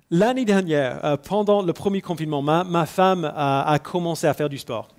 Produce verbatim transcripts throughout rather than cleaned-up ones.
L'année dernière, euh, pendant le premier confinement, ma, ma femme a, a commencé à faire du sport.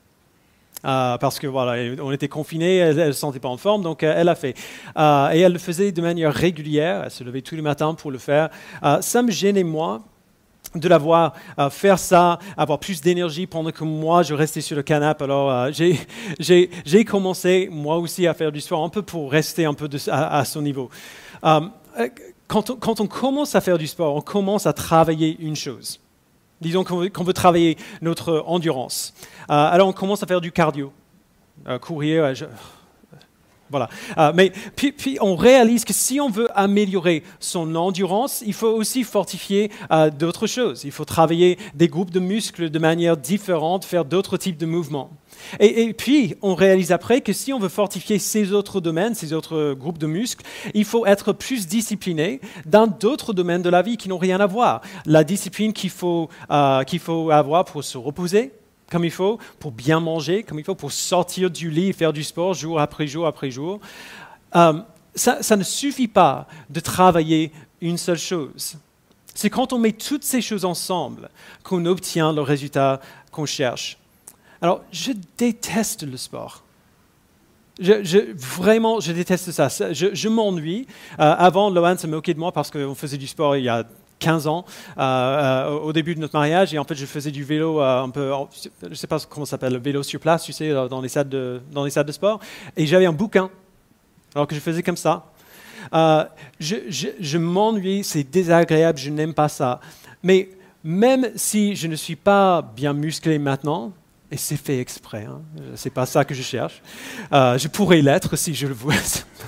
Euh, parce que voilà, on était confinés, elle ne se sentait pas en forme, donc euh, elle a fait. Euh, et elle le faisait de manière régulière, elle se levait tous les matins pour le faire. Euh, ça me gênait, moi, de la voir euh, faire ça, avoir plus d'énergie pendant que moi, je restais sur le canapé. Alors, euh, j'ai, j'ai, j'ai commencé, moi aussi, à faire du sport, un peu pour rester un peu de, à, à son niveau. Euh, quand, on, quand on commence à faire du sport, on commence à travailler une chose. Disons qu'on veut, qu'on veut travailler notre endurance. Euh, alors, on commence à faire du cardio, euh, courir, je, voilà. Euh, mais puis, puis, on réalise que si on veut améliorer son endurance, il faut aussi fortifier euh, d'autres choses. Il faut travailler des groupes de muscles de manière différente, faire d'autres types de mouvements. Et, et puis, on réalise après que si on veut fortifier ces autres domaines, ces autres groupes de muscles, il faut être plus discipliné dans d'autres domaines de la vie qui n'ont rien à voir. La discipline qu'il faut, euh, qu'il faut avoir pour se reposer, comme il faut, pour bien manger, comme il faut, pour sortir du lit et faire du sport jour après jour après jour. Euh, ça, ça ne suffit pas de travailler une seule chose. C'est quand on met toutes ces choses ensemble qu'on obtient le résultat qu'on cherche. Alors, je déteste le sport. Je, je, vraiment, je déteste ça. Je, je m'ennuie. Euh, avant, Lohan se moquait de moi parce qu'on faisait du sport il y a quinze ans, euh, euh, au début de notre mariage, et en fait, je faisais du vélo euh, un peu, je ne sais pas comment ça s'appelle, le vélo sur place, tu sais, dans les salles de, dans les salles de sport, et j'avais un bouquin, alors que je faisais comme ça. Euh, je, je, je m'ennuie, c'est désagréable, je n'aime pas ça. Mais même si je ne suis pas bien musclé maintenant, et c'est fait exprès, hein, c'est pas ça que je cherche, euh, je pourrais l'être si je le voulais.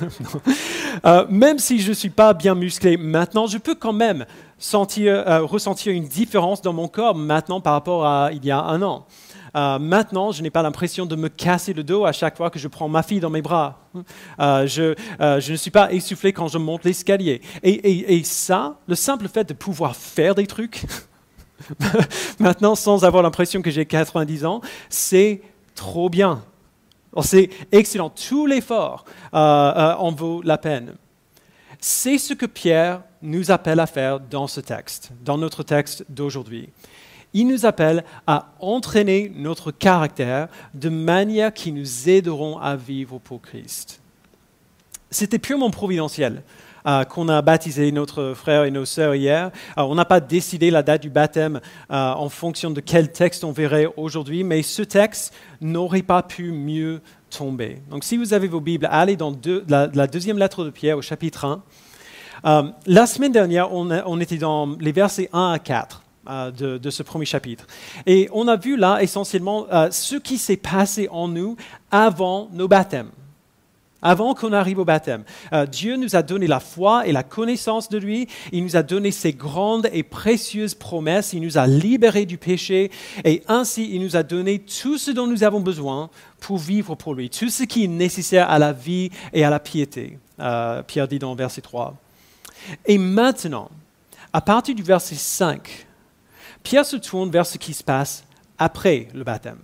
euh, même si je ne suis pas bien musclé maintenant, je peux quand même sentir, euh, ressentir une différence dans mon corps maintenant par rapport à il y a un an. Euh, maintenant, je n'ai pas l'impression de me casser le dos à chaque fois que je prends ma fille dans mes bras. Euh, je, euh, je ne suis pas essoufflé quand je monte l'escalier. Et, et, et ça, le simple fait de pouvoir faire des trucs, maintenant sans avoir l'impression que j'ai quatre-vingt-dix ans, c'est trop bien. Alors, c'est excellent. Tout l'effort euh, euh, en vaut la peine. C'est ce que Pierre nous appelle à faire dans ce texte, dans notre texte d'aujourd'hui. Il nous appelle à entraîner notre caractère de manière qui nous aideront à vivre pour Christ. C'était purement providentiel euh, qu'on a baptisé notre frère et nos sœurs hier. Alors, on n'a pas décidé la date du baptême euh, en fonction de quel texte on verrait aujourd'hui, mais ce texte n'aurait pas pu mieux tomber. Donc si vous avez vos Bibles, allez dans deux, la, la deuxième lettre de Pierre au chapitre un. Euh, la semaine dernière, on, a, on était dans les versets un à quatre. De, de ce premier chapitre. Et on a vu là essentiellement euh, ce qui s'est passé en nous avant nos baptêmes, avant qu'on arrive au baptême. Euh, Dieu nous a donné la foi et la connaissance de lui, il nous a donné ses grandes et précieuses promesses, il nous a libérés du péché et ainsi il nous a donné tout ce dont nous avons besoin pour vivre pour lui, tout ce qui est nécessaire à la vie et à la piété. Euh, Pierre dit dans verset trois. Et maintenant, à partir du verset cinq, Pierre se tourne vers ce qui se passe après le baptême.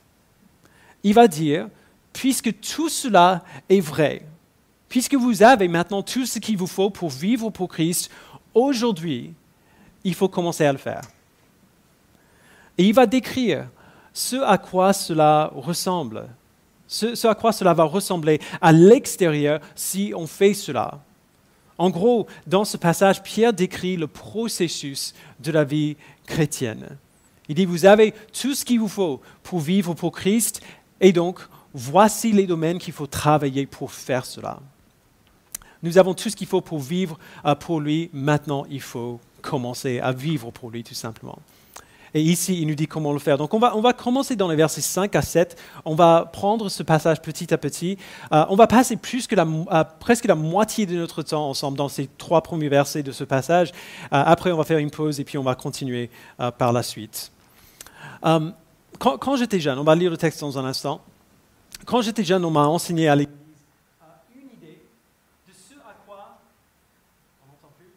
Il va dire, puisque tout cela est vrai, puisque vous avez maintenant tout ce qu'il vous faut pour vivre pour Christ, aujourd'hui, il faut commencer à le faire. Et il va décrire ce à quoi cela ressemble, ce, ce à quoi cela va ressembler à l'extérieur si on fait cela. En gros, dans ce passage, Pierre décrit le processus de la vie chrétienne. Il dit, vous avez tout ce qu'il vous faut pour vivre pour Christ, et donc, voici les domaines qu'il faut travailler pour faire cela. Nous avons tout ce qu'il faut pour vivre pour lui, maintenant il faut commencer à vivre pour lui, tout simplement. Et ici, il nous dit comment le faire. Donc, on va, on va commencer dans les versets cinq à sept. On va prendre ce passage petit à petit. Euh, on va passer plus que la, euh, presque la moitié de notre temps ensemble dans ces trois premiers versets de ce passage. Euh, après, on va faire une pause et puis on va continuer euh, par la suite. Euh, quand, quand j'étais jeune, on va lire le texte dans un instant. Quand j'étais jeune, on m'a enseigné à l'église une idée de ce à quoi... On n'entend plus?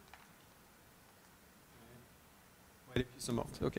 Ouais, les puces sont mortes, ok.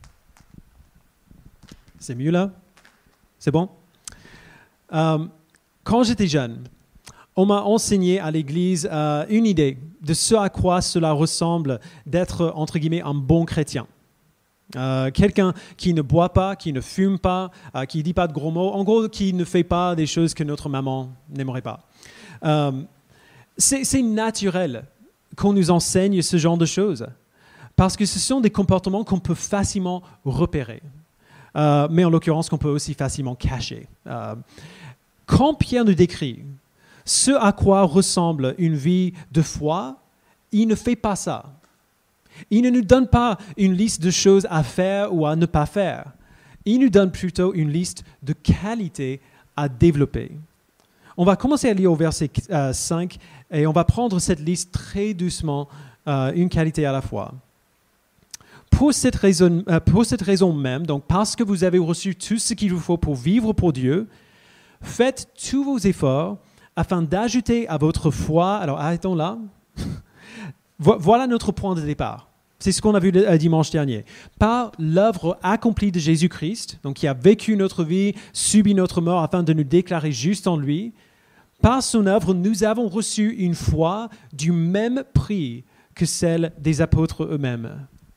C'est mieux là? C'est bon? euh, Quand j'étais jeune, on m'a enseigné à l'église euh, une idée de ce à quoi cela ressemble d'être, entre guillemets, un bon chrétien. Euh, quelqu'un qui ne boit pas, qui ne fume pas, euh, qui ne dit pas de gros mots, en gros, qui ne fait pas des choses que notre maman n'aimerait pas. Euh, c'est, c'est naturel qu'on nous enseigne ce genre de choses, parce que ce sont des comportements qu'on peut facilement repérer, euh, mais en l'occurrence qu'on peut aussi facilement cacher. Euh, quand Pierre nous décrit ce à quoi ressemble une vie de foi, il ne fait pas ça. Il ne nous donne pas une liste de choses à faire ou à ne pas faire. Il nous donne plutôt une liste de qualités à développer. On va commencer à lire au verset euh, cinq et on va prendre cette liste très doucement, euh, une qualité à la fois. Pour cette raison, euh, pour cette raison même, donc parce que vous avez reçu tout ce qu'il vous faut pour vivre pour Dieu, faites tous vos efforts afin d'ajouter à votre foi, alors arrêtons là, voilà notre point de départ. C'est ce qu'on a vu le dimanche dernier. Par l'œuvre accomplie de Jésus-Christ, donc qui a vécu notre vie, subi notre mort afin de nous déclarer justes en lui, par son œuvre, nous avons reçu une foi du même prix que celle des apôtres eux-mêmes.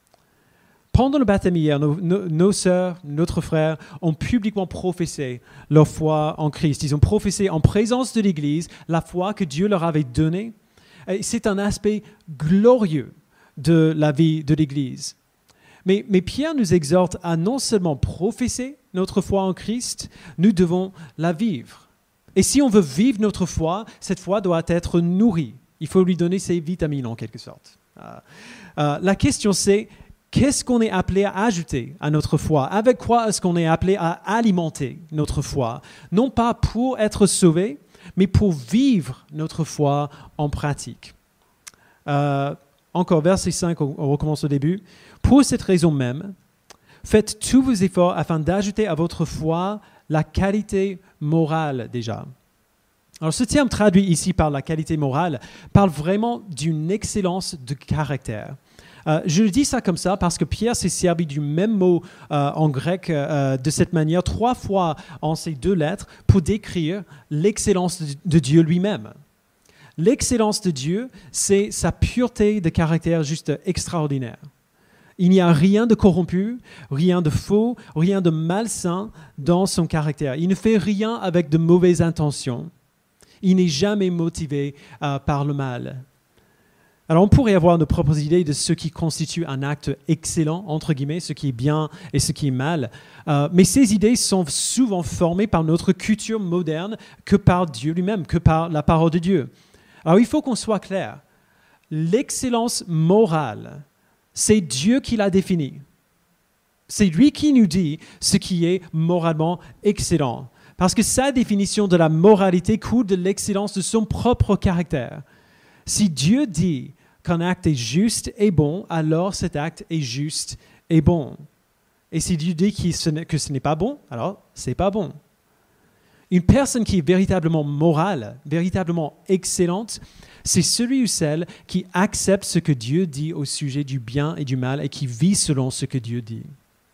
Pendant le baptême hier, nos, nos, nos sœurs, notre frère ont publiquement professé leur foi en Christ. Ils ont professé en présence de l'Église la foi que Dieu leur avait donnée. Et c'est un aspect glorieux de la vie de l'Église. Mais, mais Pierre nous exhorte à non seulement professer notre foi en Christ, nous devons la vivre. Et si on veut vivre notre foi, cette foi doit être nourrie. Il faut lui donner ses vitamines en quelque sorte. Euh, euh, la question c'est, qu'est-ce qu'on est appelé à ajouter à notre foi? Avec quoi est-ce qu'on est appelé à alimenter notre foi? Non pas pour être sauvé, mais pour vivre notre foi en pratique. Euh, encore, verset cinq, on, on recommence au début. Pour cette raison même, faites tous vos efforts afin d'ajouter à votre foi la qualité morale déjà. Alors ce terme traduit ici par la qualité morale parle vraiment d'une excellence de caractère. Euh, je dis ça comme ça parce que Pierre s'est servi du même mot euh, en grec euh, de cette manière trois fois en ces deux lettres pour décrire l'excellence de, de Dieu lui-même. L'excellence de Dieu, c'est sa pureté de caractère juste extraordinaire. Il n'y a rien de corrompu, rien de faux, rien de malsain dans son caractère. Il ne fait rien avec de mauvaises intentions. Il n'est jamais motivé euh, par le mal. Alors, on pourrait avoir nos propres idées de ce qui constitue un acte excellent, entre guillemets, ce qui est bien et ce qui est mal. Euh, mais ces idées sont souvent formées par notre culture moderne que par Dieu lui-même, que par la parole de Dieu. Alors, il faut qu'on soit clair. L'excellence morale, c'est Dieu qui l'a définie. C'est lui qui nous dit ce qui est moralement excellent. Parce que sa définition de la moralité coule de l'excellence de son propre caractère. Si Dieu dit qu'un acte est juste et bon, alors cet acte est juste et bon. Et si Dieu dit que ce n'est pas bon, alors c'est pas bon. Une personne qui est véritablement morale, véritablement excellente, c'est celui ou celle qui accepte ce que Dieu dit au sujet du bien et du mal et qui vit selon ce que Dieu dit.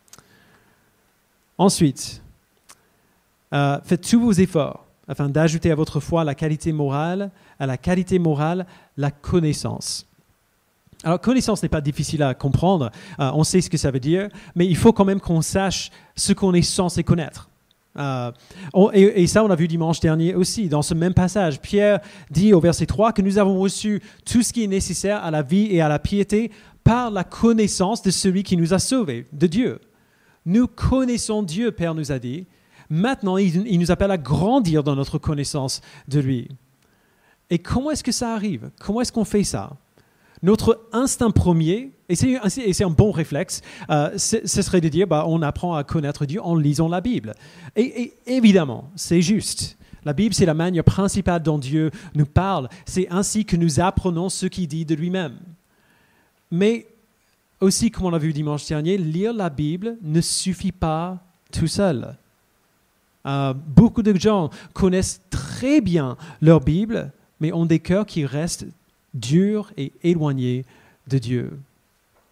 Ensuite, euh, faites tous vos efforts afin d'ajouter à votre foi la qualité morale, à la qualité morale, la connaissance. Alors, connaissance n'est pas difficile à comprendre, euh, on sait ce que ça veut dire, mais il faut quand même qu'on sache ce qu'on est censé connaître. Euh, on, et, et ça, on a vu dimanche dernier aussi, dans ce même passage. Pierre dit au verset trois que nous avons reçu tout ce qui est nécessaire à la vie et à la piété par la connaissance de celui qui nous a sauvés, de Dieu. Nous connaissons Dieu, Père nous a dit. Maintenant, il, il nous appelle à grandir dans notre connaissance de lui. Et comment est-ce que ça arrive? Comment est-ce qu'on fait ça? Notre instinct premier, et c'est, et c'est un bon réflexe, euh, ce serait de dire bah, on apprend à connaître Dieu en lisant la Bible. Et, et évidemment, c'est juste. La Bible, c'est la manière principale dont Dieu nous parle. C'est ainsi que nous apprenons ce qu'il dit de lui-même. Mais aussi, comme on l'a vu dimanche dernier, lire la Bible ne suffit pas tout seul. Euh, beaucoup de gens connaissent très bien leur Bible, mais ont des cœurs qui restent durs et éloignés de Dieu.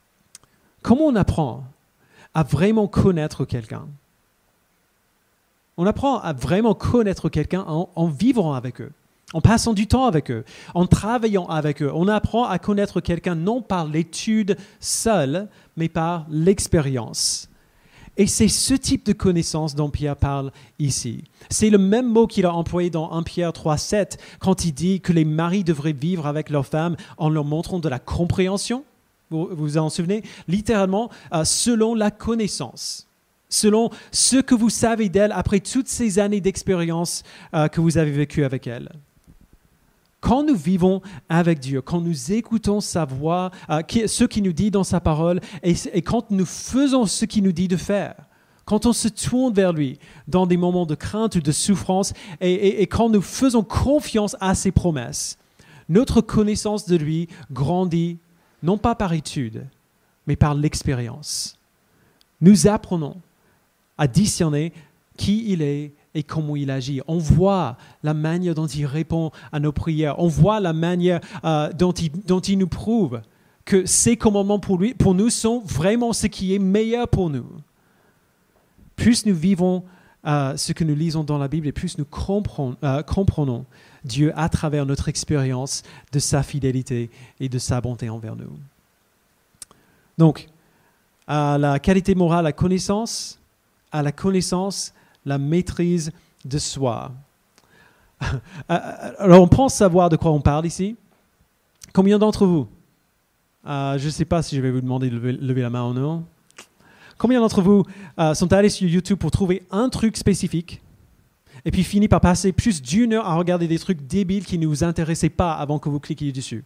Comment on apprend à vraiment connaître quelqu'un? On apprend à vraiment connaître quelqu'un en, en vivant avec eux, en passant du temps avec eux, en travaillant avec eux. On apprend à connaître quelqu'un non par l'étude seule, mais par l'expérience. Et c'est ce type de connaissance dont Pierre parle ici. C'est le même mot qu'il a employé dans premier Pierre trois sept, quand il dit que les maris devraient vivre avec leurs femmes en leur montrant de la compréhension. Vous vous en souvenez? Littéralement, euh, selon la connaissance, selon ce que vous savez d'elle après toutes ces années d'expérience euh, que vous avez vécues avec elle. Quand nous vivons avec Dieu, quand nous écoutons sa voix, euh, qui, ce qu'il nous dit dans sa parole, et, et quand nous faisons ce qu'il nous dit de faire, quand on se tourne vers lui dans des moments de crainte ou de souffrance, et, et, et quand nous faisons confiance à ses promesses, notre connaissance de lui grandit, non pas par étude, mais par l'expérience. Nous apprenons à discerner qui il est et comment il agit. On voit la manière dont il répond à nos prières. On voit la manière euh, dont, il, dont il nous prouve que ses commandements pour, lui, pour nous sont vraiment ce qui est meilleur pour nous. Plus nous vivons euh, ce que nous lisons dans la Bible et plus nous comprenons, euh, comprenons Dieu à travers notre expérience de sa fidélité et de sa bonté envers nous. Donc, à la qualité morale, la connaissance, à la connaissance, la maîtrise de soi. Alors, on pense savoir de quoi on parle ici. Combien d'entre vous, euh, je ne sais pas si je vais vous demander de lever, lever la main ou non, combien d'entre vous euh, sont allés sur YouTube pour trouver un truc spécifique et puis finissent par passer plus d'une heure à regarder des trucs débiles qui ne vous intéressaient pas avant que vous cliquiez dessus?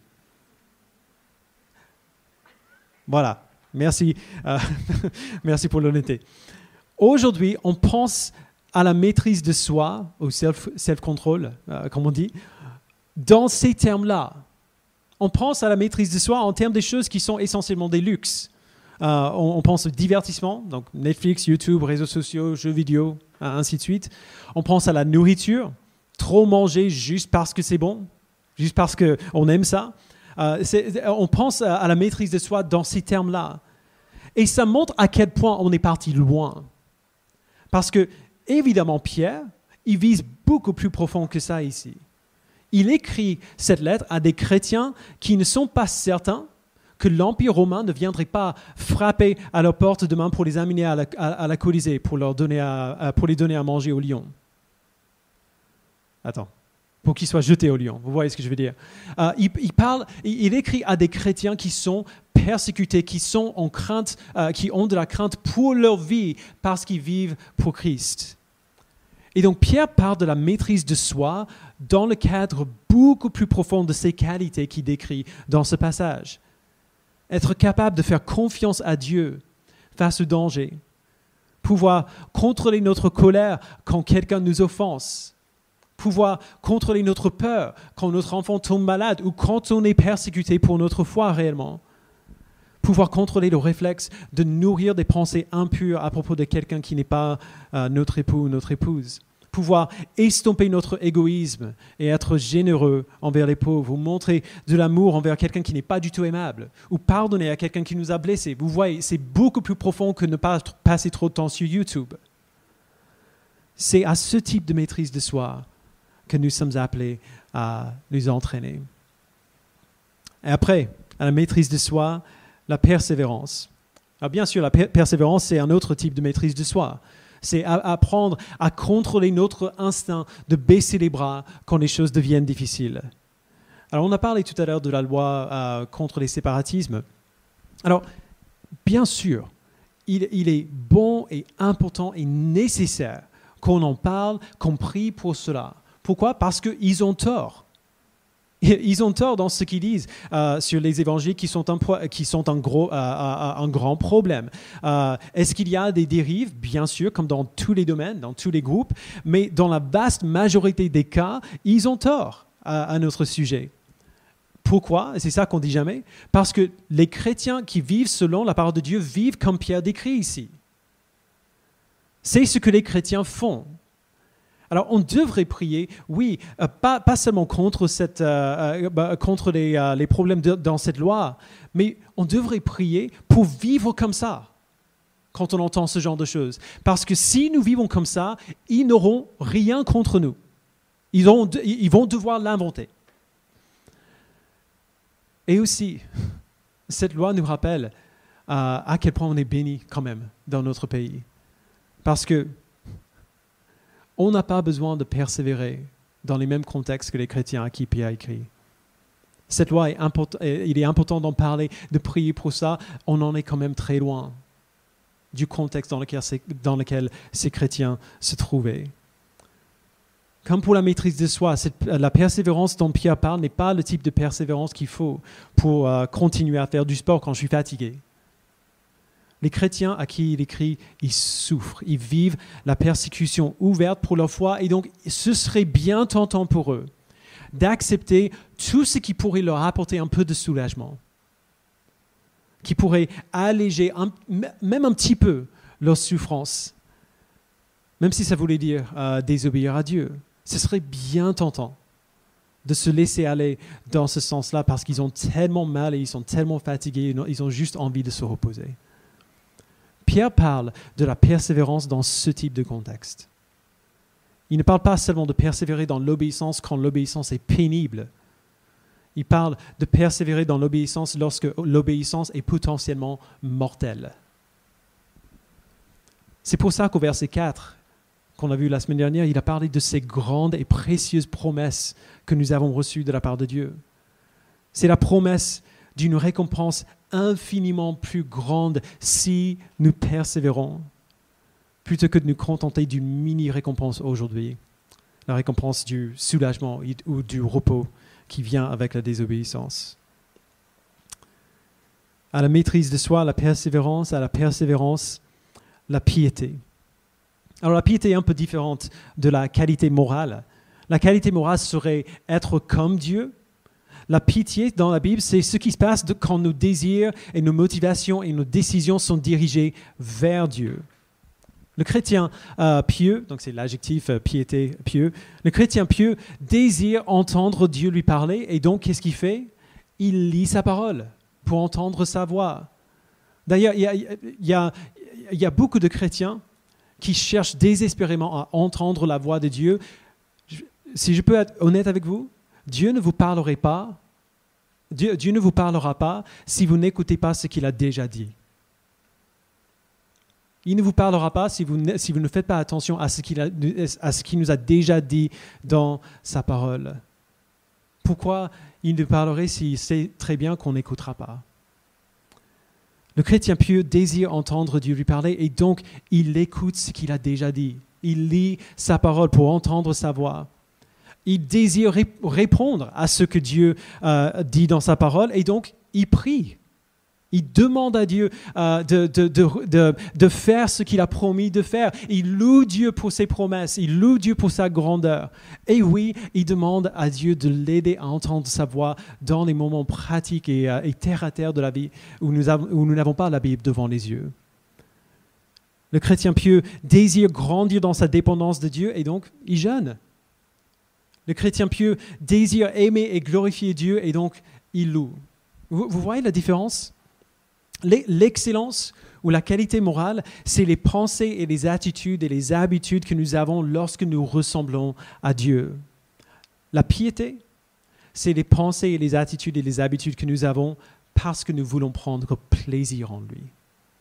Voilà, merci, euh, merci pour l'honnêteté. Aujourd'hui, on pense à la maîtrise de soi, au self, self-control, euh, comme on dit, dans ces termes-là. On pense à la maîtrise de soi en termes des choses qui sont essentiellement des luxes. Euh, on, on pense au divertissement, donc Netflix, YouTube, réseaux sociaux, jeux vidéo, euh, ainsi de suite. On pense à la nourriture, trop manger juste parce que c'est bon, juste parce qu'on aime ça. Euh, c'est, on pense à, à la maîtrise de soi dans ces termes-là. Et ça montre à quel point on est parti loin. Parce que, évidemment, Pierre, il vise beaucoup plus profond que ça ici. Il écrit cette lettre à des chrétiens qui ne sont pas certains que l'Empire romain ne viendrait pas frapper à leur porte demain pour les amener à la, à, à la Colisée, pour, leur donner à, à, pour les donner à manger aux lions. Attends, pour qu'ils soient jetés aux lions, vous voyez ce que je veux dire. Euh, il, il, parle, il, il écrit à des chrétiens qui sont persécutés, qui sont en crainte, euh, qui ont de la crainte pour leur vie parce qu'ils vivent pour Christ. Et donc Pierre parle de la maîtrise de soi dans le cadre beaucoup plus profond de ces qualités qu'il décrit dans ce passage. Être capable de faire confiance à Dieu face au danger, pouvoir contrôler notre colère quand quelqu'un nous offense, pouvoir contrôler notre peur quand notre enfant tombe malade ou quand on est persécuté pour notre foi réellement, pouvoir contrôler le réflexe de nourrir des pensées impures à propos de quelqu'un qui n'est pas euh, notre époux ou notre épouse, pouvoir estomper notre égoïsme et être généreux envers les pauvres, ou montrer de l'amour envers quelqu'un qui n'est pas du tout aimable, ou pardonner à quelqu'un qui nous a blessés. Vous voyez, c'est beaucoup plus profond que ne pas passer trop de temps sur YouTube. C'est à ce type de maîtrise de soi que nous sommes appelés à nous entraîner. Et après, à la maîtrise de soi, la persévérance. Alors bien sûr, la per- persévérance, c'est un autre type de maîtrise de soi. C'est a- apprendre à contrôler notre instinct de baisser les bras quand les choses deviennent difficiles. Alors, on a parlé tout à l'heure de la loi euh, contre les séparatismes. Alors, bien sûr, il, il est bon et important et nécessaire qu'on en parle, qu'on prie pour cela. Pourquoi? Parce qu'ils ont tort. Ils ont tort dans ce qu'ils disent euh, sur les évangiles qui sont un, qui sont un, gros, euh, un grand problème. Euh, est-ce qu'il y a des dérives? Bien sûr, comme dans tous les domaines, dans tous les groupes, mais dans la vaste majorité des cas, ils ont tort à, à notre sujet. Pourquoi? C'est ça qu'on dit jamais. Parce que les chrétiens qui vivent selon la parole de Dieu vivent comme Pierre décrit ici. C'est ce que les chrétiens font. Alors, on devrait prier, oui, euh, pas, pas seulement contre, cette, euh, euh, contre les, euh, les problèmes de, dans cette loi, mais on devrait prier pour vivre comme ça. quand on entend ce genre de choses. Parce que si nous vivons comme ça, ils n'auront rien contre nous. Ils, ont, ils vont devoir l'inventer. Et aussi, cette loi nous rappelle euh, à quel point on est béni quand même dans notre pays. Parce que on n'a pas besoin de persévérer dans les mêmes contextes que les chrétiens à qui Pierre a écrit. Cette loi, est import- il est important d'en parler, de prier pour ça. On en est quand même très loin du contexte dans lequel, dans lequel ces chrétiens se trouvaient. Comme pour la maîtrise de soi, cette, la persévérance dont Pierre parle n'est pas le type de persévérance qu'il faut pour euh, continuer à faire du sport quand je suis fatigué. Les chrétiens à qui il écrit, ils souffrent, ils vivent la persécution ouverte pour leur foi et donc ce serait bien tentant pour eux d'accepter tout ce qui pourrait leur apporter un peu de soulagement, qui pourrait alléger un, même un petit peu leur souffrance, même si ça voulait dire euh, désobéir à Dieu. Ce serait bien tentant de se laisser aller dans ce sens-là parce qu'ils ont tellement mal et ils sont tellement fatigués, ils ont juste envie de se reposer. Pierre parle de la persévérance dans ce type de contexte. Il ne parle pas seulement de persévérer dans l'obéissance quand l'obéissance est pénible. Il parle de persévérer dans l'obéissance lorsque l'obéissance est potentiellement mortelle. C'est pour ça qu'au verset quatre, qu'on a vu la semaine dernière, il a parlé de ces grandes et précieuses promesses que nous avons reçues de la part de Dieu. C'est la promesse d'une récompense infiniment plus grande si nous persévérons, plutôt que de nous contenter d'une mini-récompense aujourd'hui, la récompense du soulagement ou du repos qui vient avec la désobéissance. À la maîtrise de soi, la persévérance, à la persévérance, la piété. Alors la piété est un peu différente de la qualité morale. La qualité morale serait être comme Dieu. La piété dans la Bible, c'est ce qui se passe quand nos désirs et nos motivations et nos décisions sont dirigées vers Dieu. Le chrétien euh, pieux, donc c'est l'adjectif euh, piété, pieux, le chrétien pieux désire entendre Dieu lui parler et donc qu'est-ce qu'il fait? Il lit sa parole pour entendre sa voix. D'ailleurs, il y a, il y a, il y a beaucoup de chrétiens qui cherchent désespérément à entendre la voix de Dieu. Je, si je peux être honnête avec vous, Dieu ne vous parlerait pas, Dieu, Dieu ne vous parlera pas si vous n'écoutez pas ce qu'il a déjà dit. Il ne vous parlera pas si vous ne, si vous ne faites pas attention à ce qu'il a, à ce qu'il nous a déjà dit dans sa parole. Pourquoi il nous parlerait s'il sait très bien qu'on n'écoutera pas? Le chrétien pieux désire entendre Dieu lui parler et donc il écoute ce qu'il a déjà dit. Il lit sa parole pour entendre sa voix. Il désire ré- répondre à ce que Dieu euh, dit dans sa parole et donc il prie. Il demande à Dieu euh, de, de, de, de, de faire ce qu'il a promis de faire. Il loue Dieu pour ses promesses. Il loue Dieu pour sa grandeur. Et oui, il demande à Dieu de l'aider à entendre sa voix dans les moments pratiques et, euh, et terre à terre de la vie où nous, avons, où nous n'avons pas la Bible devant les yeux. Le chrétien pieux désire grandir dans sa dépendance de Dieu et donc il jeûne. Le chrétien pieux désire aimer et glorifier Dieu et donc il loue. Vous, vous voyez la différence? L'excellence ou la qualité morale, c'est les pensées et les attitudes et les habitudes que nous avons lorsque nous ressemblons à Dieu. La piété, c'est les pensées et les attitudes et les habitudes que nous avons parce que nous voulons prendre plaisir en lui.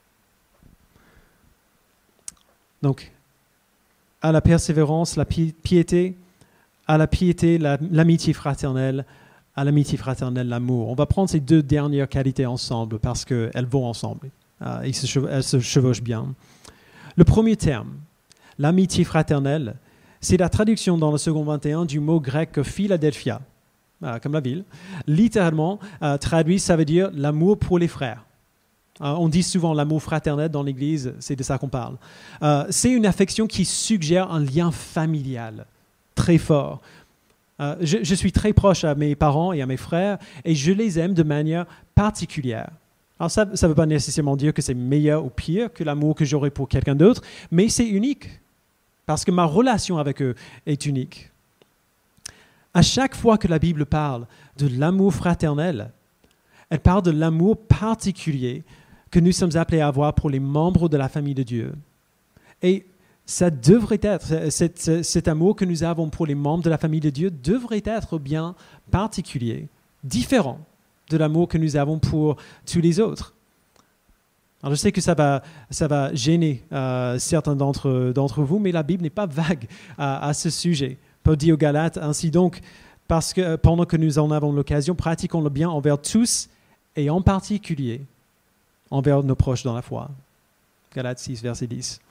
Donc, à la persévérance, la pi- piété, à la piété, la, l'amitié fraternelle, à l'amitié fraternelle, l'amour. On va prendre ces deux dernières qualités ensemble parce qu'elles vont ensemble. Euh, elles, se, elles se chevauchent bien. Le premier terme, l'amitié fraternelle, c'est la traduction dans le second vingt et un du mot grec Philadelphia, euh, comme la ville. Littéralement, euh, traduit, ça veut dire l'amour pour les frères. Euh, on dit souvent l'amour fraternel dans l'Église, c'est de ça qu'on parle. Euh, c'est une affection qui suggère un lien familial très fort. Euh, je, je suis très proche à mes parents et à mes frères et je les aime de manière particulière. Alors ça ne veut pas nécessairement dire que c'est meilleur ou pire que l'amour que j'aurais pour quelqu'un d'autre, mais c'est unique parce que ma relation avec eux est unique. À chaque fois que la Bible parle de l'amour fraternel, elle parle de l'amour particulier que nous sommes appelés à avoir pour les membres de la famille de Dieu. Et ça devrait être, cet, cet amour que nous avons pour les membres de la famille de Dieu devrait être bien particulier, différent de l'amour que nous avons pour tous les autres. Alors je sais que ça va, ça va gêner euh, certains d'entre, d'entre vous, mais la Bible n'est pas vague à, à ce sujet. Paul dit aux Galates, ainsi donc, parce que pendant que nous en avons l'occasion, pratiquons le bien envers tous et en particulier envers nos proches dans la foi. Galates six, verset dix.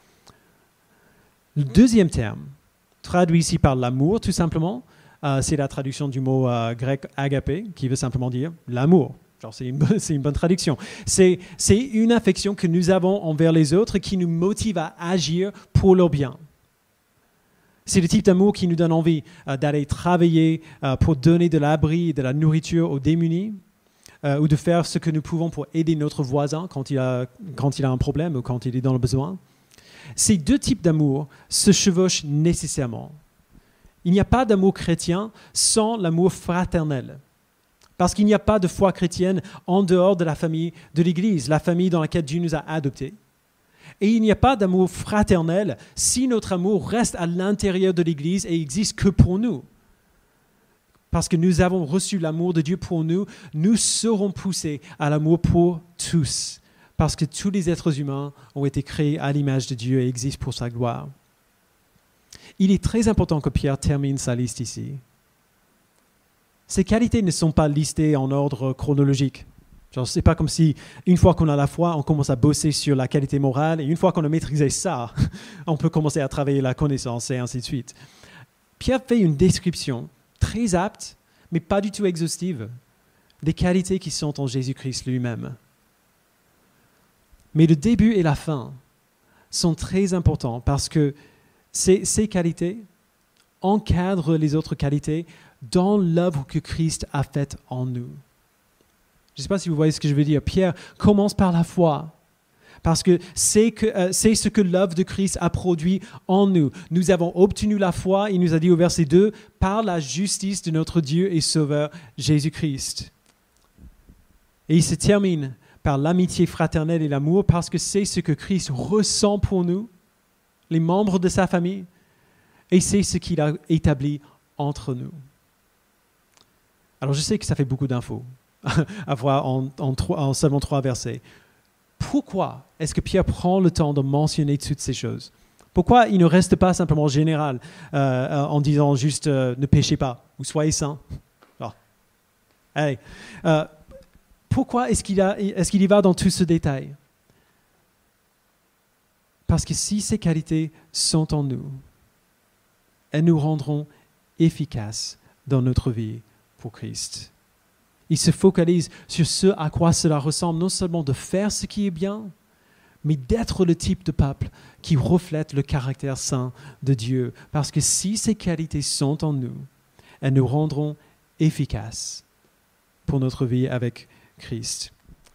Le deuxième terme, traduit ici par l'amour tout simplement, euh, c'est la traduction du mot euh, grec agapé, qui veut simplement dire l'amour. Genre, c'est, une bonne, c'est une bonne traduction. C'est, c'est une affection que nous avons envers les autres qui nous motive à agir pour leur bien. C'est le type d'amour qui nous donne envie euh, d'aller travailler euh, pour donner de l'abri et de la nourriture aux démunis, euh, ou de faire ce que nous pouvons pour aider notre voisin quand il a, quand il a un problème ou quand il est dans le besoin. Ces deux types d'amour se chevauchent nécessairement. Il n'y a pas d'amour chrétien sans l'amour fraternel. Parce qu'il n'y a pas de foi chrétienne en dehors de la famille de l'Église, la famille dans laquelle Dieu nous a adoptés. Et il n'y a pas d'amour fraternel si notre amour reste à l'intérieur de l'Église et existe que pour nous. Parce que nous avons reçu l'amour de Dieu pour nous, nous serons poussés à l'amour pour tous. Parce que tous les êtres humains ont été créés à l'image de Dieu et existent pour sa gloire. Il est très important que Pierre termine sa liste ici. Ces qualités ne sont pas listées en ordre chronologique. Genre, ce n'est pas comme si, une fois qu'on a la foi, on commence à bosser sur la qualité morale, et une fois qu'on a maîtrisé ça, on peut commencer à travailler la connaissance, et ainsi de suite. Pierre fait une description très apte, mais pas du tout exhaustive, des qualités qui sont en Jésus-Christ lui-même. Mais le début et la fin sont très importants, parce que ces, ces qualités encadrent les autres qualités dans l'œuvre que Christ a faite en nous. Je ne sais pas si vous voyez ce que je veux dire. Pierre commence par la foi, parce que c'est, que, euh, c'est ce que l'œuvre de Christ a produit en nous. Nous avons obtenu la foi, il nous a dit au verset deux, par la justice de notre Dieu et Sauveur Jésus-Christ. Et il se termine par l'amitié fraternelle et l'amour, parce que c'est ce que Christ ressent pour nous, les membres de sa famille, et c'est ce qu'il a établi entre nous. Alors je sais que ça fait beaucoup d'infos à voir en, en, en seulement trois versets. Pourquoi est-ce que Pierre prend le temps de mentionner toutes ces choses? Pourquoi il ne reste pas simplement général euh, en disant juste euh, ne péchez pas ou soyez saints? Oh. Allez. Euh, pourquoi est-ce qu'il, a, est-ce qu'il y va dans tout ce détail? Parce que si ces qualités sont en nous, elles nous rendront efficaces dans notre vie pour Christ. Il se focalise sur ce à quoi cela ressemble, non seulement de faire ce qui est bien, mais d'être le type de peuple qui reflète le caractère saint de Dieu. Parce que si ces qualités sont en nous, elles nous rendront efficaces pour notre vie avec Christ.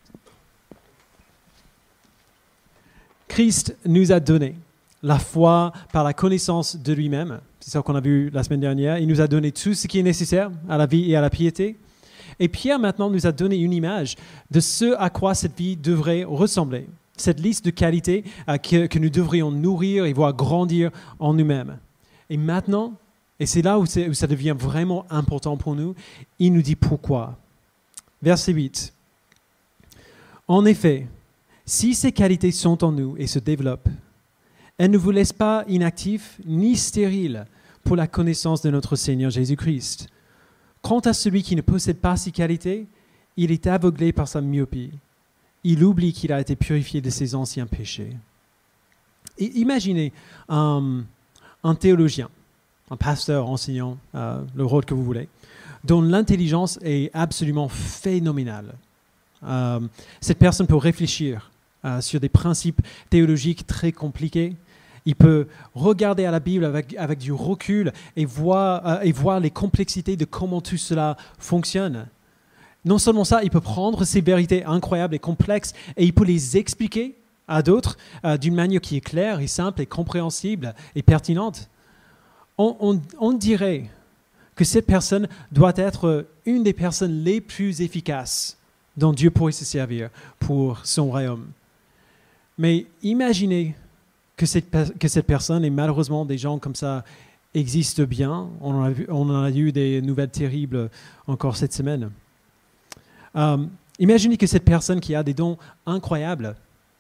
Christ nous a donné la foi par la connaissance de lui-même. C'est ça qu'on a vu la semaine dernière. Il nous a donné tout ce qui est nécessaire à la vie et à la piété. Et Pierre maintenant nous a donné une image de ce à quoi cette vie devrait ressembler. Cette liste de qualités euh, que, que nous devrions nourrir et voir grandir en nous-mêmes. Et maintenant, et c'est là où, c'est, où ça devient vraiment important pour nous, il nous dit pourquoi. Verset huit. En effet, si ces qualités sont en nous et se développent, elles ne vous laissent pas inactifs ni stériles pour la connaissance de notre Seigneur Jésus-Christ. Quant à celui qui ne possède pas ces qualités, il est aveuglé par sa myopie. Il oublie qu'il a été purifié de ses anciens péchés. Et imaginez un, un théologien, un pasteur, enseignant, euh, le rôle que vous voulez, dont l'intelligence est absolument phénoménale. Euh, cette personne peut réfléchir euh, sur des principes théologiques très compliqués. Il peut regarder à la Bible avec, avec du recul et voir, euh, et voir les complexités de comment tout cela fonctionne. Non seulement ça, il peut prendre ces vérités incroyables et complexes et il peut les expliquer à d'autres euh, d'une manière qui est claire et simple et compréhensible et pertinente. On, on, on dirait que cette personne doit être une des personnes les plus efficaces dont Dieu pourrait se servir pour son royaume. Mais imaginez que cette, que cette personne, et malheureusement des gens comme ça existent bien, on en a, vu, on en a eu des nouvelles terribles encore cette semaine. Euh, imaginez que cette personne qui a des dons incroyables,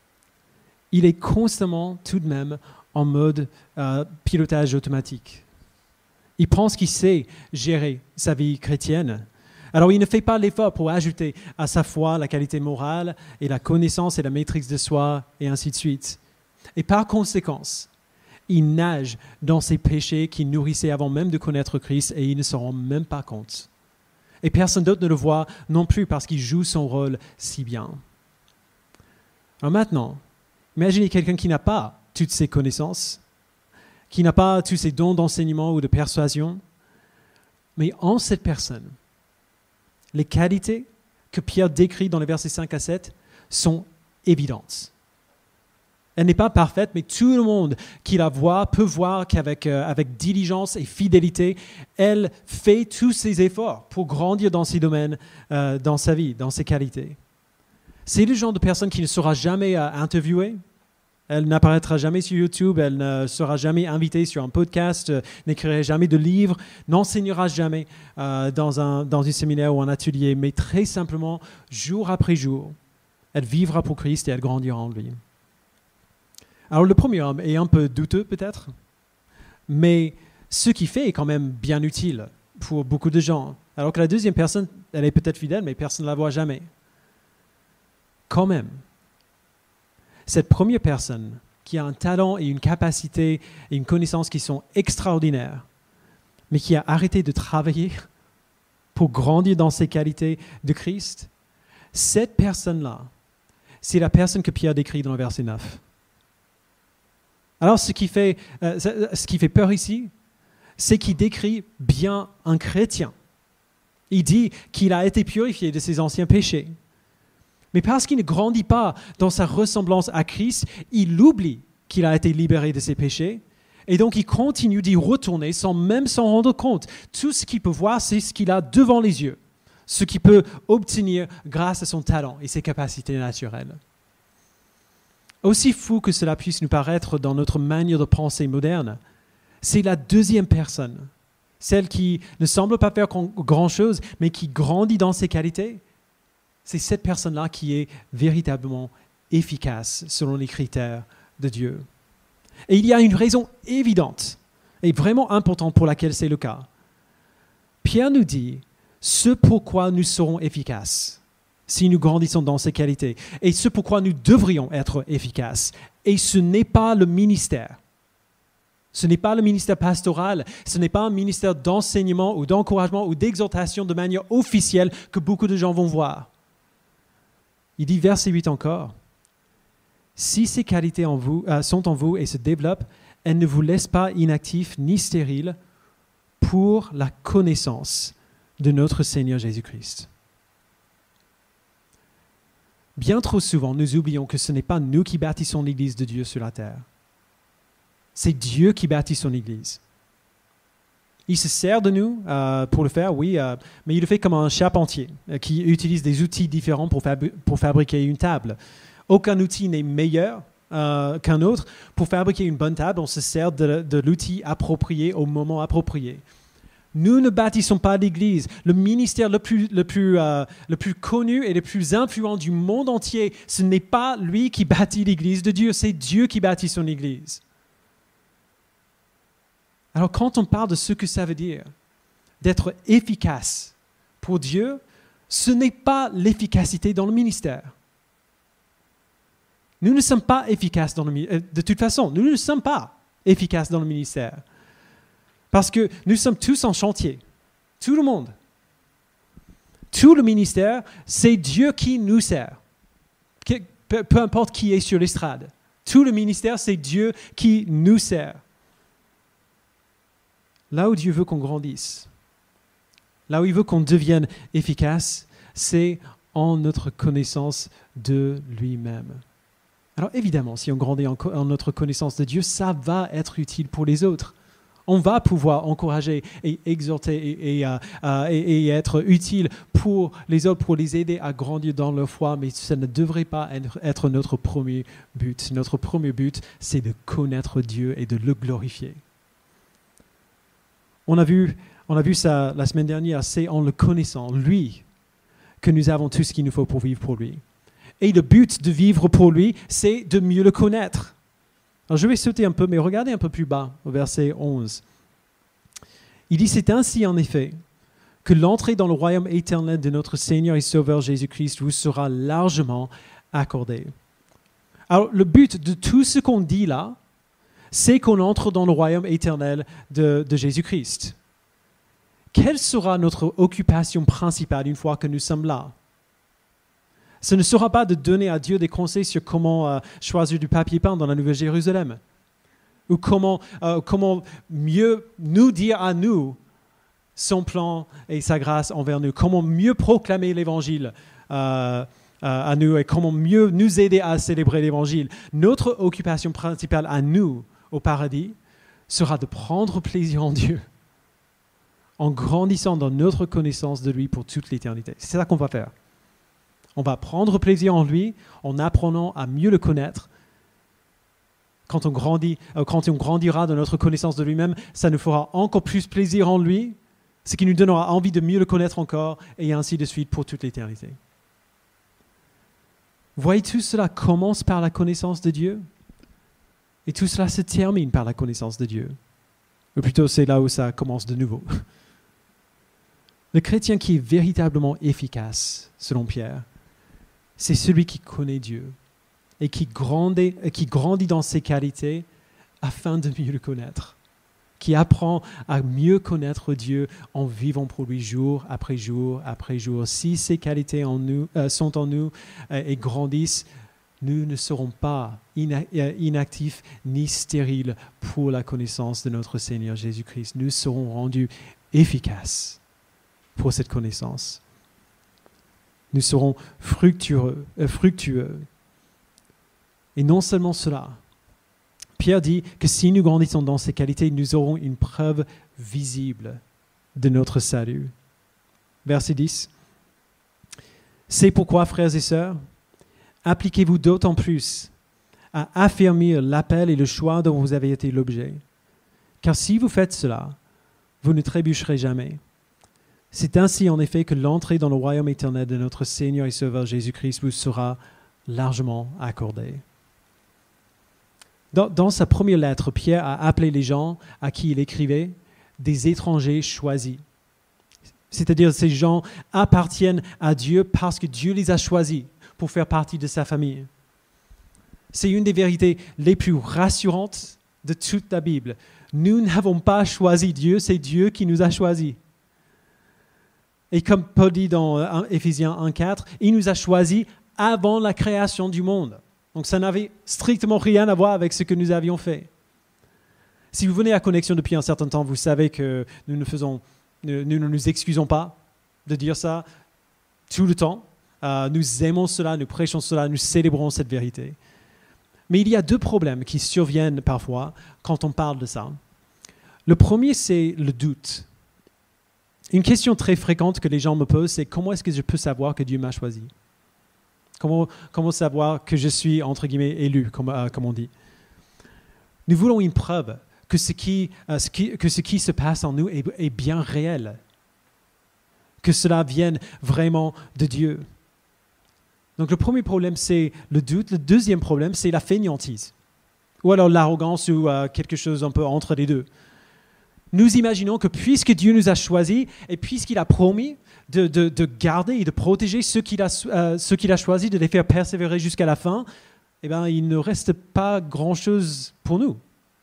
il est constamment tout de même en mode euh, pilotage automatique. Il pense qu'il sait gérer sa vie chrétienne. Alors il ne fait pas l'effort pour ajouter à sa foi la qualité morale et la connaissance et la maîtrise de soi et ainsi de suite. Et par conséquent, il nage dans ces péchés qu'il nourrissait avant même de connaître Christ et il ne s'en rend même pas compte. Et personne d'autre ne le voit non plus parce qu'il joue son rôle si bien. Alors maintenant, imaginez quelqu'un qui n'a pas toutes ces connaissances, qui n'a pas tous ces dons d'enseignement ou de persuasion, mais en cette personne, les qualités que Pierre décrit dans les versets cinq à sept sont évidentes. Elle n'est pas parfaite, mais tout le monde qui la voit peut voir qu'avec euh, avec diligence et fidélité, elle fait tous ses efforts pour grandir dans ces domaines, euh, dans sa vie, dans ses qualités. C'est le genre de personne qui ne sera jamais euh, interviewée. Elle n'apparaîtra jamais sur YouTube, elle ne sera jamais invitée sur un podcast, euh, n'écrira jamais de livres, n'enseignera jamais euh, dans, un, dans un séminaire ou un atelier, mais très simplement, jour après jour, elle vivra pour Christ et elle grandira en lui. Alors le premier homme est un peu douteux peut-être, mais ce qu'il fait est quand même bien utile pour beaucoup de gens. Alors que la deuxième personne, elle est peut-être fidèle, mais personne ne la voit jamais. Quand même, cette première personne qui a un talent et une capacité et une connaissance qui sont extraordinaires, mais qui a arrêté de travailler pour grandir dans ses qualités de Christ, cette personne-là, c'est la personne que Pierre décrit dans le verset neuf. Alors ce qui fait, euh, ce qui fait peur ici, c'est qu'il décrit bien un chrétien. Il dit qu'il a été purifié de ses anciens péchés. Mais parce qu'il ne grandit pas dans sa ressemblance à Christ, il oublie qu'il a été libéré de ses péchés. Et donc il continue d'y retourner sans même s'en rendre compte. Tout ce qu'il peut voir, c'est ce qu'il a devant les yeux. Ce qu'il peut obtenir grâce à son talent et ses capacités naturelles. Aussi fou que cela puisse nous paraître dans notre manière de penser moderne, c'est la deuxième personne, celle qui ne semble pas faire grand-chose, mais qui grandit dans ses qualités. C'est cette personne-là qui est véritablement efficace selon les critères de Dieu. Et il y a une raison évidente et vraiment importante pour laquelle c'est le cas. Pierre nous dit ce pourquoi nous serons efficaces si nous grandissons dans ces qualités et ce pourquoi nous devrions être efficaces. Et ce n'est pas le ministère. Ce n'est pas le ministère pastoral, ce n'est pas un ministère d'enseignement ou d'encouragement ou d'exhortation de manière officielle que beaucoup de gens vont voir. Il dit, verset huit encore, « Si ces qualités en vous, euh, sont en vous et se développent, elles ne vous laissent pas inactifs ni stériles pour la connaissance de notre Seigneur Jésus-Christ. » Bien trop souvent, nous oublions que ce n'est pas nous qui bâtissons l'Église de Dieu sur la terre. C'est Dieu qui bâtit son Église. Il se sert de nous euh, pour le faire, oui, euh, mais il le fait comme un charpentier euh, qui utilise des outils différents pour, fabri- pour fabriquer une table. Aucun outil n'est meilleur euh, qu'un autre. Pour fabriquer une bonne table, on se sert de, de l'outil approprié au moment approprié. Nous ne bâtissons pas l'Église. Le ministère le plus, le, plus, euh, le plus connu et le plus influent du monde entier, ce n'est pas lui qui bâtit l'Église de Dieu, c'est Dieu qui bâtit son Église. Alors quand on parle de ce que ça veut dire, d'être efficace pour Dieu, ce n'est pas l'efficacité dans le ministère. Nous ne sommes pas efficaces dans le ministère. De toute façon, nous ne sommes pas efficaces dans le ministère. Parce que nous sommes tous en chantier. Tout le monde. Tout le ministère, c'est Dieu qui nous sert. Peu, peu importe qui est sur l'estrade. Tout le ministère, c'est Dieu qui nous sert. Là où Dieu veut qu'on grandisse, là où il veut qu'on devienne efficace, c'est en notre connaissance de lui-même. Alors évidemment, si on grandit en, co- en notre connaissance de Dieu, ça va être utile pour les autres. On va pouvoir encourager et exhorter et, et, euh, euh, et, et être utile pour les autres, pour les aider à grandir dans leur foi, mais ça ne devrait pas être, être notre premier but. Notre premier but, c'est de connaître Dieu et de le glorifier. On a vu, on a vu ça la semaine dernière, c'est en le connaissant, lui, que nous avons tout ce qu'il nous faut pour vivre pour lui. Et le but de vivre pour lui, c'est de mieux le connaître. Alors je vais sauter un peu, mais regardez un peu plus bas, au verset onze. Il dit, c'est ainsi en effet que l'entrée dans le royaume éternel de notre Seigneur et Sauveur Jésus-Christ vous sera largement accordée. Alors le but de tout ce qu'on dit là, c'est qu'on entre dans le royaume éternel de, de Jésus-Christ. Quelle sera notre occupation principale une fois que nous sommes là? Ce ne sera pas de donner à Dieu des conseils sur comment euh, choisir du papier peint dans la Nouvelle Jérusalem, ou comment, euh, comment mieux nous dire à nous son plan et sa grâce envers nous, comment mieux proclamer l'Évangile euh, euh, à nous et comment mieux nous aider à célébrer l'Évangile. Notre occupation principale à nous au paradis sera de prendre plaisir en Dieu, en grandissant dans notre connaissance de lui pour toute l'éternité. C'est ça qu'on va faire. On va prendre plaisir en lui en apprenant à mieux le connaître. Quand on grandit, euh, quand on grandira dans notre connaissance de lui-même, ça nous fera encore plus plaisir en lui, ce qui nous donnera envie de mieux le connaître encore, et ainsi de suite pour toute l'éternité. Vous voyez, tout cela commence par la connaissance de Dieu, et tout cela se termine par la connaissance de Dieu. Ou plutôt, c'est là où ça commence de nouveau. Le chrétien qui est véritablement efficace, selon Pierre, c'est celui qui connaît Dieu et qui grandit, qui grandit dans ses qualités afin de mieux le connaître, qui apprend à mieux connaître Dieu en vivant pour lui jour après jour après jour. Si ces qualités en nous, euh, sont en nous euh, et grandissent, nous ne serons pas ina- inactifs ni stériles pour la connaissance de notre Seigneur Jésus-Christ. Nous serons rendus efficaces pour cette connaissance. Nous serons fructueux, euh, fructueux. Et non seulement cela, Pierre dit que si nous grandissons dans ces qualités, nous aurons une preuve visible de notre salut. Verset dix. C'est pourquoi, frères et sœurs, appliquez-vous d'autant plus à affermir l'appel et le choix dont vous avez été l'objet. Car si vous faites cela, vous ne trébucherez jamais. C'est ainsi en effet que l'entrée dans le royaume éternel de notre Seigneur et Sauveur Jésus-Christ vous sera largement accordée. Dans, dans sa première lettre, Pierre a appelé les gens à qui il écrivait des étrangers choisis. C'est-à-dire ces gens appartiennent à Dieu parce que Dieu les a choisis pour faire partie de sa famille. C'est une des vérités les plus rassurantes de toute la Bible. Nous n'avons pas choisi Dieu, c'est Dieu qui nous a choisis. Et comme Paul dit dans Éphésiens un quatre, il nous a choisis avant la création du monde. Donc ça n'avait strictement rien à voir avec ce que nous avions fait. Si vous venez à Connexion depuis un certain temps, vous savez que nous ne faisons, nous ne nous excusons pas de dire ça tout le temps. Euh, nous aimons cela, nous prêchons cela, nous célébrons cette vérité. Mais il y a deux problèmes qui surviennent parfois quand on parle de ça. Le premier, c'est le doute. Une question très fréquente que les gens me posent, c'est comment est-ce que je peux savoir que Dieu m'a choisi ? Comment, comment savoir que je suis, entre guillemets, élu, comme, euh, comme on dit ? Nous voulons une preuve que ce qui, euh, ce qui, que ce qui se passe en nous est, est bien réel, que cela vienne vraiment de Dieu. Donc le premier problème, c'est le doute. Le deuxième problème, c'est la fainéantise, ou alors l'arrogance ou euh, quelque chose un peu entre les deux. Nous imaginons que puisque Dieu nous a choisis et puisqu'il a promis de, de, de garder et de protéger ceux qu'il a, euh, ceux qu'il a choisis, de les faire persévérer jusqu'à la fin, eh bien, il ne reste pas grand-chose pour nous.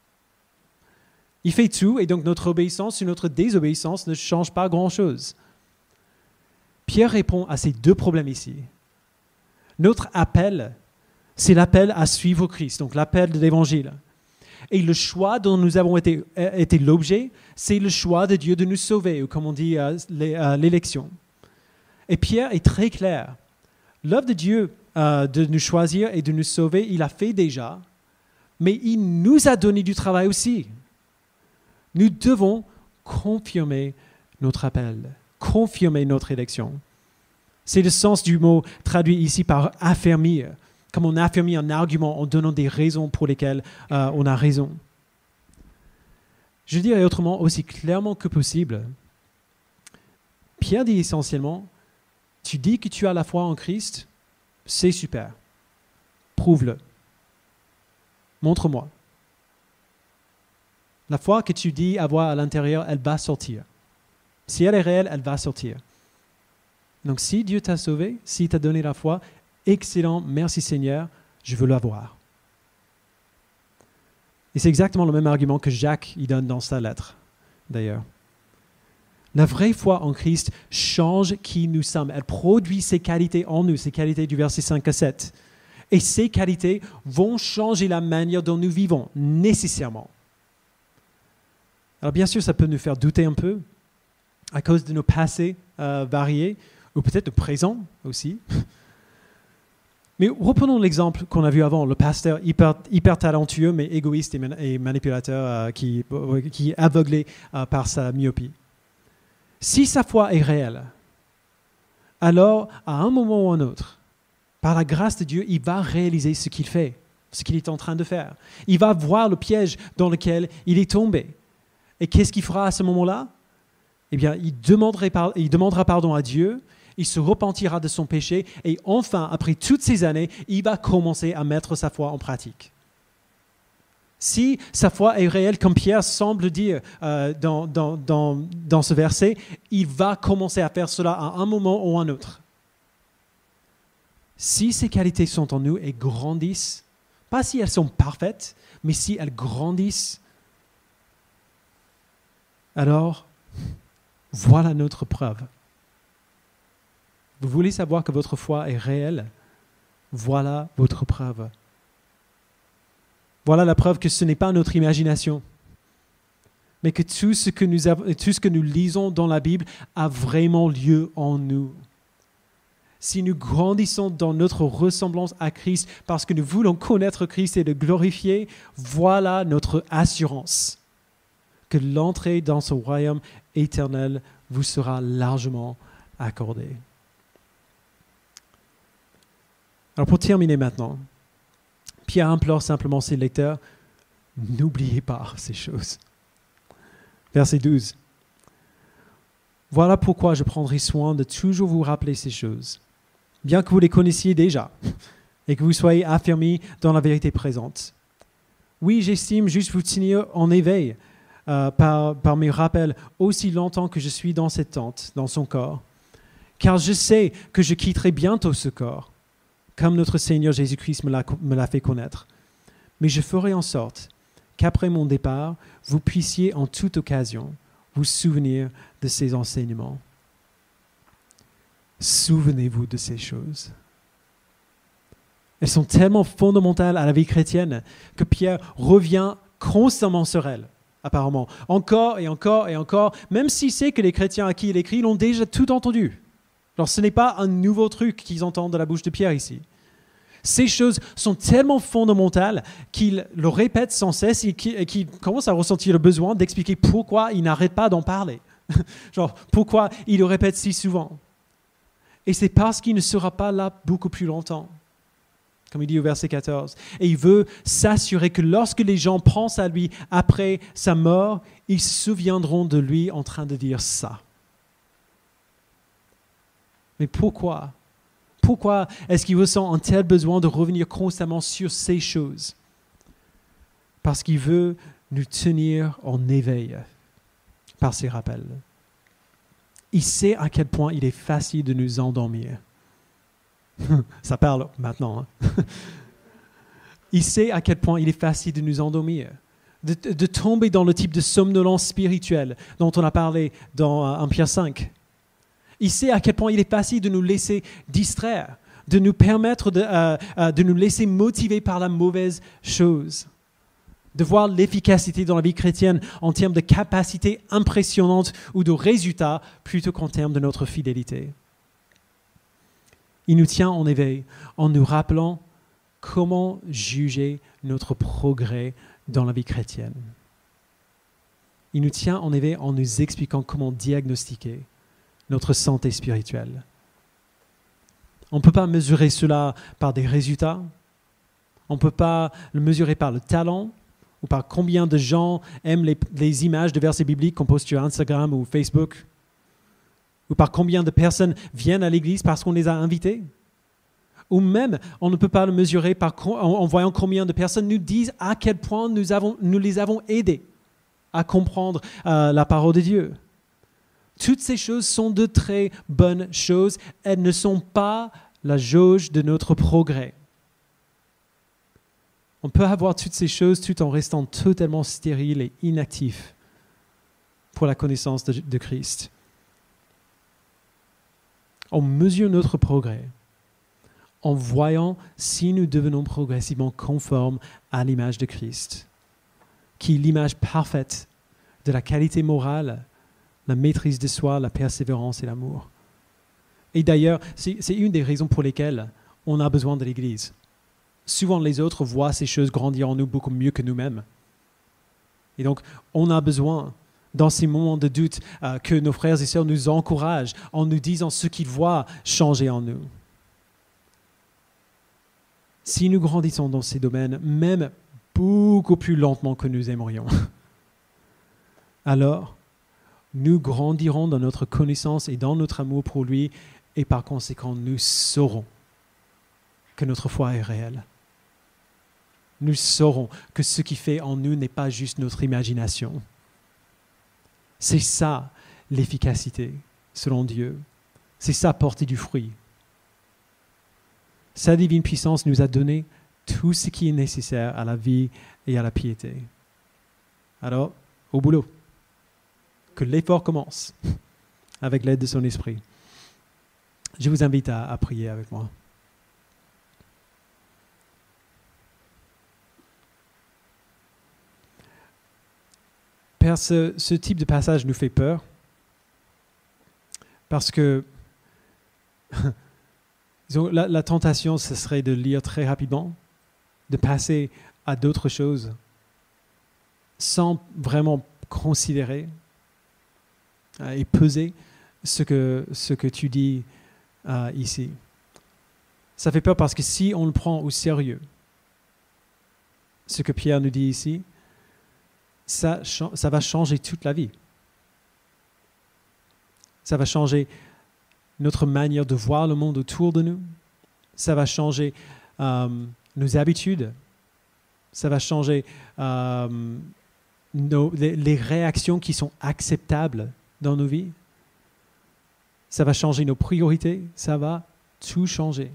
Il fait tout et donc notre obéissance ou notre désobéissance ne change pas grand-chose. Pierre répond à ces deux problèmes ici. Notre appel, c'est l'appel à suivre Christ, donc l'appel de l'Évangile. Et le choix dont nous avons été, été l'objet, c'est le choix de Dieu de nous sauver, ou comme on dit, euh, l'élection. Et Pierre est très clair. L'œuvre de Dieu euh, de nous choisir et de nous sauver, il a fait déjà, mais il nous a donné du travail aussi. Nous devons confirmer notre appel, confirmer notre élection. C'est le sens du mot traduit ici par affermir, comme on affermit un argument en donnant des raisons pour lesquelles euh, on a raison. Je dirais autrement, aussi clairement que possible, Pierre dit essentiellement, tu dis que tu as la foi en Christ, c'est super. Prouve-le. Montre-moi. La foi que tu dis avoir à l'intérieur, elle va sortir. Si elle est réelle, elle va sortir. Donc si Dieu t'a sauvé, s'il t'a donné la foi, excellent, merci Seigneur, je veux l'avoir. Et c'est exactement le même argument que Jacques y donne dans sa lettre, d'ailleurs. La vraie foi en Christ change qui nous sommes. Elle produit ses qualités en nous, ses qualités du verset cinq à sept. Et ces qualités vont changer la manière dont nous vivons, nécessairement. Alors bien sûr, ça peut nous faire douter un peu, à cause de nos passés euh, variés, ou peut-être de présents aussi. Mais reprenons l'exemple qu'on a vu avant, le pasteur hyper, hyper talentueux, mais égoïste et, man- et manipulateur, euh, qui, euh, qui est aveuglé euh, par sa myopie. Si sa foi est réelle, alors à un moment ou un autre, par la grâce de Dieu, il va réaliser ce qu'il fait, ce qu'il est en train de faire. Il va voir le piège dans lequel il est tombé. Et qu'est-ce qu'il fera à ce moment-là? Eh bien, il, demanderait, il demandera pardon à Dieu, il se repentira de son péché, et enfin, après toutes ces années, il va commencer à mettre sa foi en pratique. Si sa foi est réelle, comme Pierre semble dire euh, dans, dans, dans, dans ce verset, il va commencer à faire cela à un moment ou à un autre. Si ces qualités sont en nous et grandissent, pas si elles sont parfaites, mais si elles grandissent, alors voilà notre preuve. Vous voulez savoir que votre foi est réelle? Voilà votre preuve. Voilà la preuve que ce n'est pas notre imagination, mais que tout ce que nous, avons, tout ce que nous lisons dans la Bible a vraiment lieu en nous. Si nous grandissons dans notre ressemblance à Christ parce que nous voulons connaître Christ et le glorifier, voilà notre assurance que l'entrée dans ce royaume éternel vous sera largement accordée. Alors pour terminer maintenant, Pierre implore simplement ses lecteurs, n'oubliez pas ces choses. Verset douze. Voilà pourquoi je prendrai soin de toujours vous rappeler ces choses, bien que vous les connaissiez déjà et que vous soyez affermis dans la vérité présente. Oui, j'estime juste vous tenir en éveil euh, par, par mes rappels aussi longtemps que je suis dans cette tente, dans son corps, car je sais que je quitterai bientôt ce corps, comme notre Seigneur Jésus-Christ me l'a, me l'a fait connaître. Mais je ferai en sorte qu'après mon départ, vous puissiez en toute occasion vous souvenir de ces enseignements. Souvenez-vous de ces choses. Elles sont tellement fondamentales à la vie chrétienne que Pierre revient constamment sur elles, apparemment. Encore et encore et encore, même s'il sait que les chrétiens à qui il écrit l'ont déjà tout entendu. Alors ce n'est pas un nouveau truc qu'ils entendent de la bouche de Pierre ici. Ces choses sont tellement fondamentales qu'il le répète sans cesse et qu'il, et qu'il commence à ressentir le besoin d'expliquer pourquoi il n'arrête pas d'en parler. Genre, pourquoi il le répète si souvent. Et c'est parce qu'il ne sera pas là beaucoup plus longtemps, comme il dit au verset quatorze. Et il veut s'assurer que lorsque les gens pensent à lui après sa mort, ils se souviendront de lui en train de dire ça. Mais pourquoi ? Pourquoi est-ce qu'il ressent un tel besoin de revenir constamment sur ces choses? Parce qu'il veut nous tenir en éveil par ses rappels. Il sait à quel point il est facile de nous endormir. Ça parle maintenant. Hein? Il sait à quel point il est facile de nous endormir, de, de tomber dans le type de somnolence spirituelle dont on a parlé dans un Pierre cinq. Il sait à quel point il est facile de nous laisser distraire, de nous permettre de, euh, euh, de nous laisser motiver par la mauvaise chose, de voir l'efficacité dans la vie chrétienne en termes de capacité impressionnante ou de résultats plutôt qu'en termes de notre fidélité. Il nous tient en éveil en nous rappelant comment juger notre progrès dans la vie chrétienne. Il nous tient en éveil en nous expliquant comment diagnostiquer notre santé spirituelle. On ne peut pas mesurer cela par des résultats. On ne peut pas le mesurer par le talent ou par combien de gens aiment les, les images de versets bibliques qu'on poste sur Instagram ou Facebook, ou par combien de personnes viennent à l'église parce qu'on les a invités. Ou même, on ne peut pas le mesurer par, en, en voyant combien de personnes nous disent à quel point nous, avons, nous les avons aidés à comprendre euh, la parole de Dieu. Toutes ces choses sont de très bonnes choses. Elles ne sont pas la jauge de notre progrès. On peut avoir toutes ces choses tout en restant totalement stérile et inactif pour la connaissance de, de Christ. On mesure notre progrès en voyant si nous devenons progressivement conformes à l'image de Christ, qui est l'image parfaite de la qualité morale, la maîtrise de soi, la persévérance et l'amour. Et d'ailleurs, c'est, c'est une des raisons pour lesquelles on a besoin de l'Église. Souvent, les autres voient ces choses grandir en nous beaucoup mieux que nous-mêmes. Et donc, on a besoin, dans ces moments de doute, euh, que nos frères et sœurs nous encouragent en nous disant ce qu'ils voient changer en nous. Si nous grandissons dans ces domaines, même beaucoup plus lentement que nous aimerions, alors nous grandirons dans notre connaissance et dans notre amour pour lui, et par conséquent, nous saurons que notre foi est réelle. Nous saurons que ce qui fait en nous n'est pas juste notre imagination. C'est ça l'efficacité, selon Dieu. C'est ça porter du fruit. Sa divine puissance nous a donné tout ce qui est nécessaire à la vie et à la piété. Alors, au boulot. Que l'effort commence avec l'aide de son esprit. Je vous invite à, à prier avec moi. Père, ce, ce type de passage nous fait peur parce que la, la tentation, ce serait de lire très rapidement, de passer à d'autres choses sans vraiment considérer et peser ce que, ce que tu dis euh, ici. Ça fait peur parce que si on le prend au sérieux, ce que Pierre nous dit ici, ça, ça va changer toute la vie. Ça va changer notre manière de voir le monde autour de nous. Ça va changer euh, nos habitudes. Ça va changer euh, nos, les, les réactions qui sont acceptables dans nos vies. Ça va changer nos priorités. Ça va tout changer.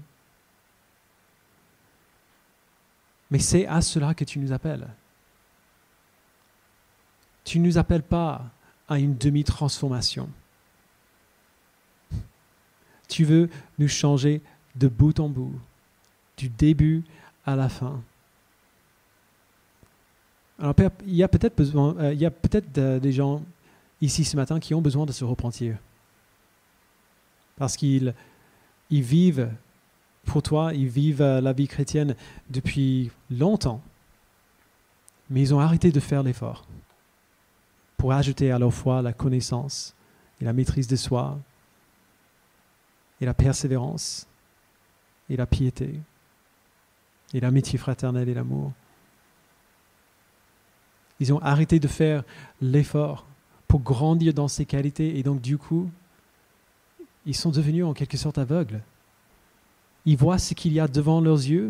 Mais c'est à cela que tu nous appelles. Tu ne nous appelles pas à une demi-transformation. Tu veux nous changer de bout en bout, du début à la fin. Alors, Père, il y a peut-être besoin, euh, il y a peut-être euh, des gens ici ce matin qui ont besoin de se repentir. Parce qu'ils ils vivent pour toi, ils vivent euh, la vie chrétienne depuis longtemps, mais ils ont arrêté de faire l'effort pour ajouter à leur foi la connaissance et la maîtrise de soi, et la persévérance, et la piété, et l'amitié fraternelle et l'amour. Ils ont arrêté de faire l'effort pour grandir dans ces qualités, et donc du coup, ils sont devenus en quelque sorte aveugles. Ils voient ce qu'il y a devant leurs yeux,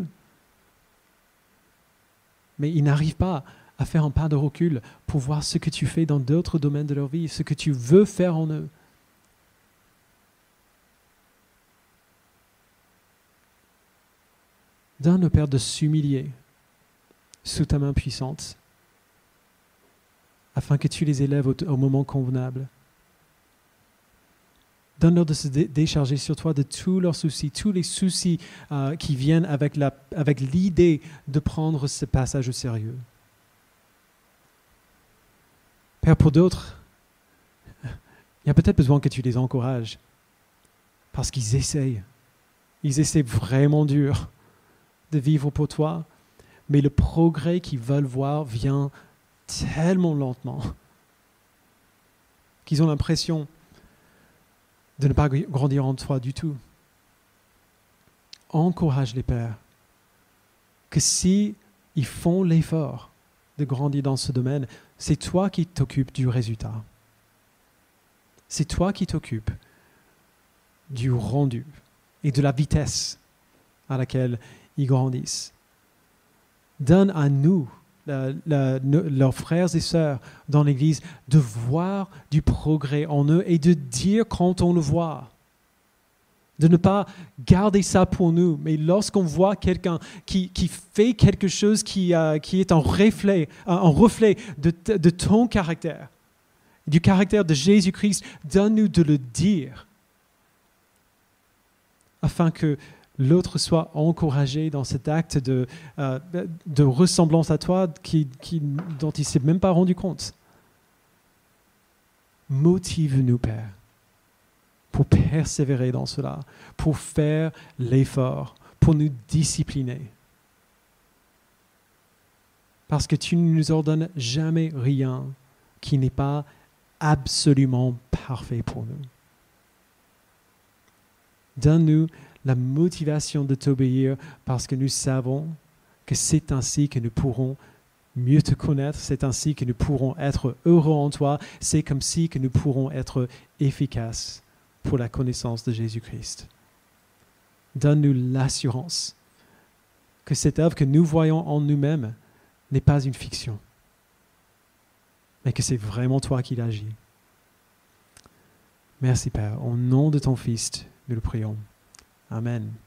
mais ils n'arrivent pas à faire un pas de recul pour voir ce que tu fais dans d'autres domaines de leur vie, ce que tu veux faire en eux. Donne, Père, de s'humilier sous ta main puissante, afin que tu les élèves au, au moment convenable. Donne-leur de se dé- décharger sur toi de tous leurs soucis, tous les soucis euh, qui viennent avec, la, avec l'idée de prendre ce passage au sérieux. Père, pour d'autres, il y a peut-être besoin que tu les encourages, parce qu'ils essayent. Ils essaient vraiment dur de vivre pour toi, mais le progrès qu'ils veulent voir vient tellement lentement qu'ils ont l'impression de ne pas grandir en toi du tout. Encourage-les, Père, que si ils font l'effort de grandir dans ce domaine, c'est toi qui t'occupes du résultat. C'est toi qui t'occupes du rendu et de la vitesse à laquelle ils grandissent. Donne à nous, la, la, nos, leurs frères et sœurs dans l'Église, de voir du progrès en eux et de dire quand on le voit. De ne pas garder ça pour nous, mais lorsqu'on voit quelqu'un qui, qui fait quelque chose qui, euh, qui est un reflet, un reflet de, de ton caractère, du caractère de Jésus-Christ, donne-nous de le dire, afin que l'autre soit encouragé dans cet acte de, euh, de ressemblance à toi qui, qui, dont il ne s'est même pas rendu compte. Motive-nous, Père, pour persévérer dans cela, pour faire l'effort, pour nous discipliner. Parce que tu ne nous ordonnes jamais rien qui n'est pas absolument parfait pour nous. Donne-nous la motivation de t'obéir parce que nous savons que c'est ainsi que nous pourrons mieux te connaître, c'est ainsi que nous pourrons être heureux en toi, c'est comme si que nous pourrons être efficaces pour la connaissance de Jésus-Christ. Donne-nous l'assurance que cette œuvre que nous voyons en nous-mêmes n'est pas une fiction, mais que c'est vraiment toi qui l'agis. Merci Père, au nom de ton Fils, nous le prions. Amen.